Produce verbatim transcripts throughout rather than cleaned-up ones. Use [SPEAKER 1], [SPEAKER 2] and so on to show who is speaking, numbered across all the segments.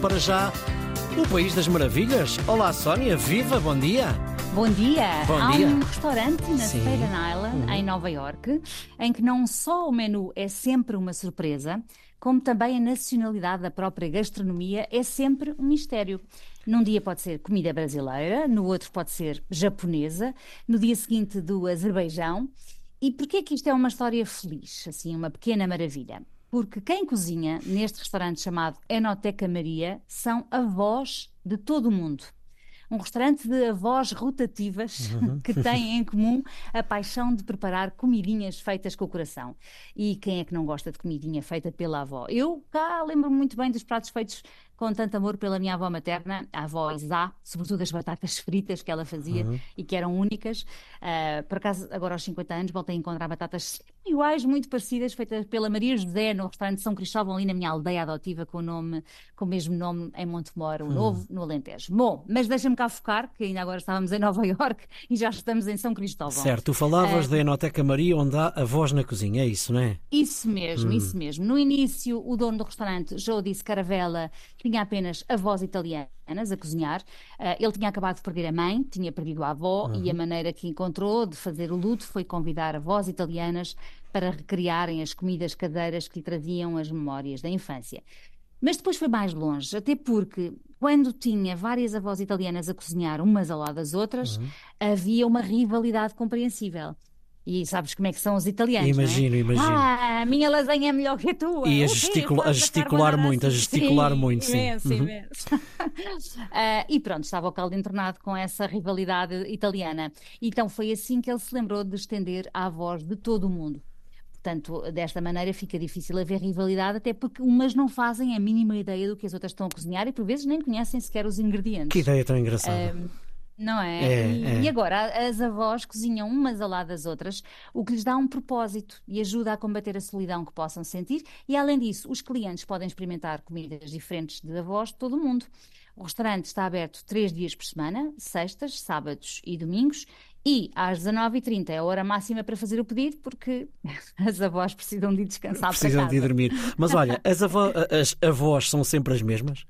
[SPEAKER 1] para já o País das Maravilhas. Olá, Sónia, viva, bom dia.
[SPEAKER 2] Bom dia!
[SPEAKER 1] Bom
[SPEAKER 2] Há
[SPEAKER 1] dia.
[SPEAKER 2] um restaurante na
[SPEAKER 1] Sim.
[SPEAKER 2] Staten Island,
[SPEAKER 1] Uhum.
[SPEAKER 2] em Nova Iorque, em que não só o menu é sempre uma surpresa, como também a nacionalidade da própria gastronomia é sempre um mistério. Num dia pode ser comida brasileira, no outro pode ser japonesa, no dia seguinte do Azerbaijão. E porquê que isto é uma história feliz, assim, uma pequena maravilha? Porque quem cozinha neste restaurante chamado Enoteca Maria são avós de todo o mundo. Um restaurante de avós rotativas
[SPEAKER 1] Uhum.
[SPEAKER 2] que têm em comum a paixão de preparar comidinhas feitas com o coração. E quem é que não gosta de comidinha feita pela avó? Eu cá lembro-me muito bem dos pratos feitos com tanto amor pela minha avó materna, a avó Isá, sobretudo as batatas fritas que ela fazia
[SPEAKER 1] Uhum.
[SPEAKER 2] e que eram únicas. Uh, por acaso, agora aos cinquenta anos, voltei a encontrar batatas iguais, muito parecidas, feitas pela Maria José no restaurante São Cristóvão, ali na minha aldeia adotiva, com o nome, com o mesmo nome em Montemor, o Novo, no Alentejo. Bom, mas deixa-me cá focar, que ainda agora estávamos em Nova Iorque e já estamos em São Cristóvão.
[SPEAKER 1] Certo, tu falavas
[SPEAKER 2] Uh,
[SPEAKER 1] da Enoteca Maria, onde há avós na cozinha, é isso, não é?
[SPEAKER 2] Isso mesmo,
[SPEAKER 1] Hum.
[SPEAKER 2] isso mesmo. No início, o dono do restaurante, Jody Scaravella, tinha apenas avós italianas a cozinhar. Uh, ele tinha acabado de perder a mãe, tinha perdido a avó,
[SPEAKER 1] Uhum.
[SPEAKER 2] e a maneira que encontrou de fazer o luto foi convidar avós italianas para recriarem as comidas caseiras que lhe traziam as memórias da infância. Mas depois foi mais longe, até porque quando tinha várias avós italianas a cozinhar umas ao lado das outras,
[SPEAKER 1] Uhum.
[SPEAKER 2] havia uma rivalidade compreensível. E sabes como é que são os italianos,
[SPEAKER 1] Imagino,
[SPEAKER 2] não é?
[SPEAKER 1] imagino.
[SPEAKER 2] Ah, a minha lasanha é melhor que a tua.
[SPEAKER 1] E a,
[SPEAKER 2] O quê?
[SPEAKER 1] gesticula- a
[SPEAKER 2] Faz
[SPEAKER 1] gesticular
[SPEAKER 2] carbonara
[SPEAKER 1] muito, a
[SPEAKER 2] assim?
[SPEAKER 1] gesticular
[SPEAKER 2] Sim,
[SPEAKER 1] muito, sim.
[SPEAKER 2] imenso,
[SPEAKER 1] Uhum.
[SPEAKER 2] imenso. Ah, e pronto, estava o caldo entornado com essa rivalidade italiana. Então foi assim que ele se lembrou de estender à voz de todo o mundo. Portanto, desta maneira fica difícil haver rivalidade, até porque umas não fazem a mínima ideia do que as outras estão a cozinhar e por vezes nem conhecem sequer os
[SPEAKER 1] Que
[SPEAKER 2] ingredientes.
[SPEAKER 1] ideia tão engraçada.
[SPEAKER 2] Não é?
[SPEAKER 1] É,
[SPEAKER 2] E,
[SPEAKER 1] é.
[SPEAKER 2] e agora as avós cozinham umas ao lado das outras, o que lhes dá um propósito e ajuda a combater a solidão que possam sentir. E além disso, os clientes podem experimentar comidas diferentes de avós de todo o mundo. O restaurante está aberto três dias por semana, sextas, sábados e domingos. E às dezanove e trinta é a hora máxima para fazer o pedido, porque as avós precisam de ir descansar
[SPEAKER 1] Precisam
[SPEAKER 2] para
[SPEAKER 1] de ir
[SPEAKER 2] casa.
[SPEAKER 1] dormir. Mas olha, as, avó- as avós são sempre as mesmas?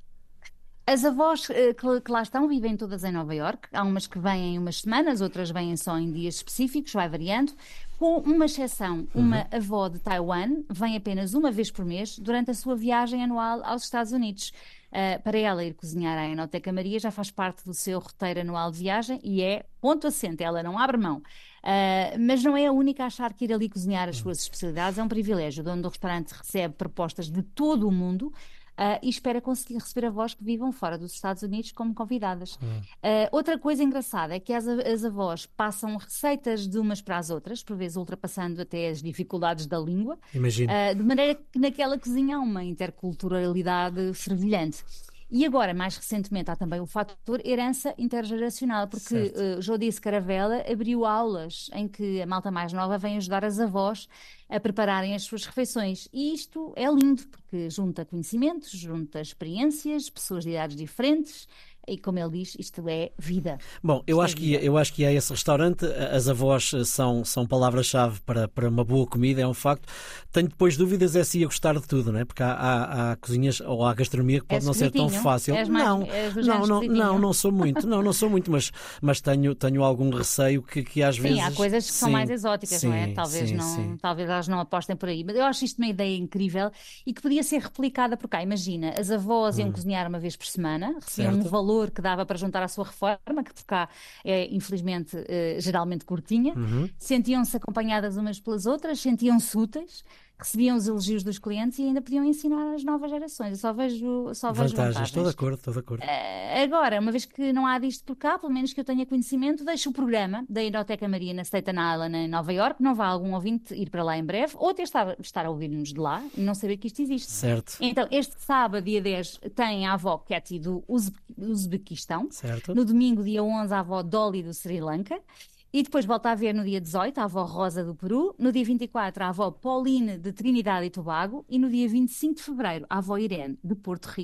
[SPEAKER 2] As avós eh, que, que lá estão vivem todas em Nova Iorque. Há umas que vêm em umas semanas, outras vêm só em dias específicos, vai variando. Com uma exceção, uma avó de Taiwan vem apenas uma vez por mês durante a sua viagem anual aos Estados Unidos. Uh, para ela ir cozinhar à Enoteca Maria já faz parte do seu roteiro anual de viagem e é ponto assente, ela não abre mão. Uh, mas não é a única a achar que ir ali cozinhar as suas especialidades é um privilégio. O dono do restaurante recebe propostas de todo o mundo. Uh, e espera conseguir receber avós que vivam fora dos Estados Unidos como convidadas.
[SPEAKER 1] Hum.
[SPEAKER 2] Uh, outra coisa engraçada é que as, as avós passam receitas de umas para as outras, por vezes ultrapassando até as dificuldades da língua,
[SPEAKER 1] Imagino.
[SPEAKER 2] uh, de maneira que naquela cozinha há uma interculturalidade fervilhante. E agora, mais recentemente, há também o fator herança intergeracional, porque uh, Jody Scaravella abriu aulas em que a malta mais nova vem ajudar as avós a prepararem as suas refeições. E isto é lindo, porque junta conhecimentos, junta experiências, pessoas de idades diferentes. E como ele diz, isto é vida.
[SPEAKER 1] Bom, eu
[SPEAKER 2] Isto é
[SPEAKER 1] acho, que,
[SPEAKER 2] vida.
[SPEAKER 1] eu acho que há esse restaurante, as avós são, são palavras-chave para, para uma boa comida, é um facto. Tenho depois dúvidas é se ia gostar de tudo, não é? Porque há, há, há cozinhas ou há gastronomia que pode
[SPEAKER 2] És
[SPEAKER 1] não ser tão
[SPEAKER 2] esquisitinho?
[SPEAKER 1] fácil.
[SPEAKER 2] És mais-
[SPEAKER 1] não,
[SPEAKER 2] és do
[SPEAKER 1] não,
[SPEAKER 2] género
[SPEAKER 1] não,
[SPEAKER 2] esquisitinho?
[SPEAKER 1] não, não sou muito, não, não sou muito, mas, mas tenho, tenho algum receio que, que às
[SPEAKER 2] Sim,
[SPEAKER 1] vezes...
[SPEAKER 2] há coisas que são
[SPEAKER 1] Sim,
[SPEAKER 2] mais exóticas, não é?
[SPEAKER 1] sim,
[SPEAKER 2] Talvez,
[SPEAKER 1] sim,
[SPEAKER 2] não,
[SPEAKER 1] sim.
[SPEAKER 2] talvez elas não apostem por aí. Mas eu acho isto uma ideia incrível e que podia ser replicada por cá. Imagina, as avós iam cozinhar uma vez por semana, recebiam um
[SPEAKER 1] Certo.
[SPEAKER 2] valor que dava para juntar à sua reforma, que por cá é, infelizmente, eh, geralmente curtinha.
[SPEAKER 1] Uhum.
[SPEAKER 2] Sentiam-se acompanhadas umas pelas outras, sentiam-se úteis, recebiam os elogios dos clientes e ainda podiam ensinar as novas gerações. Eu só vejo, só vejo
[SPEAKER 1] Vantagens, estou de
[SPEAKER 2] vantagens.
[SPEAKER 1] acordo, estou de acordo.
[SPEAKER 2] Eh, Agora, uma vez que não há disto por cá, pelo menos que eu tenha conhecimento, deixo o programa da Enoteca Maria na Staten Island, em Nova Iorque. Não vá algum ouvinte ir para lá em breve, ou até estar, estar a ouvir-nos de lá e não saber que isto existe.
[SPEAKER 1] Certo,
[SPEAKER 2] Então, este sábado, dia dez, tem a avó Katy do Uzbe- Uzbequistão.
[SPEAKER 1] certo.
[SPEAKER 2] No domingo, dia onze, a avó Dolly do Sri Lanka. E depois volta a ver no dia dezoito a avó Rosa do Peru, no dia vinte e quatro a avó Pauline de Trinidade e Tobago e no dia vinte e cinco de fevereiro a avó Irene de Porto Rico.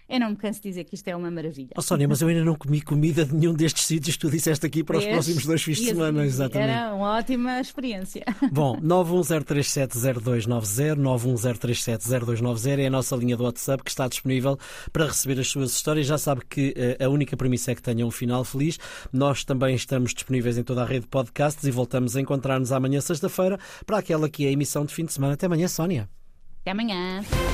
[SPEAKER 2] Eu não me canso de dizer que isto é uma maravilha.
[SPEAKER 1] Oh, Sónia, mas eu ainda não comi comida de nenhum destes sítios que tu disseste aqui para os
[SPEAKER 2] Este,
[SPEAKER 1] próximos dois fins de semana. Exatamente.
[SPEAKER 2] Era uma ótima experiência.
[SPEAKER 1] Bom, nove um zero três sete zero dois nove zero, nove um zero três sete zero dois nove zero é a nossa linha do WhatsApp que está disponível para receber as suas histórias. Já sabe que uh, a única premissa é que tenham um final feliz. Nós também estamos disponíveis em toda a rede de podcasts e voltamos a encontrar-nos amanhã, sexta-feira, para aquela que é a emissão de fim de semana. Até amanhã, Sónia.
[SPEAKER 2] Até amanhã.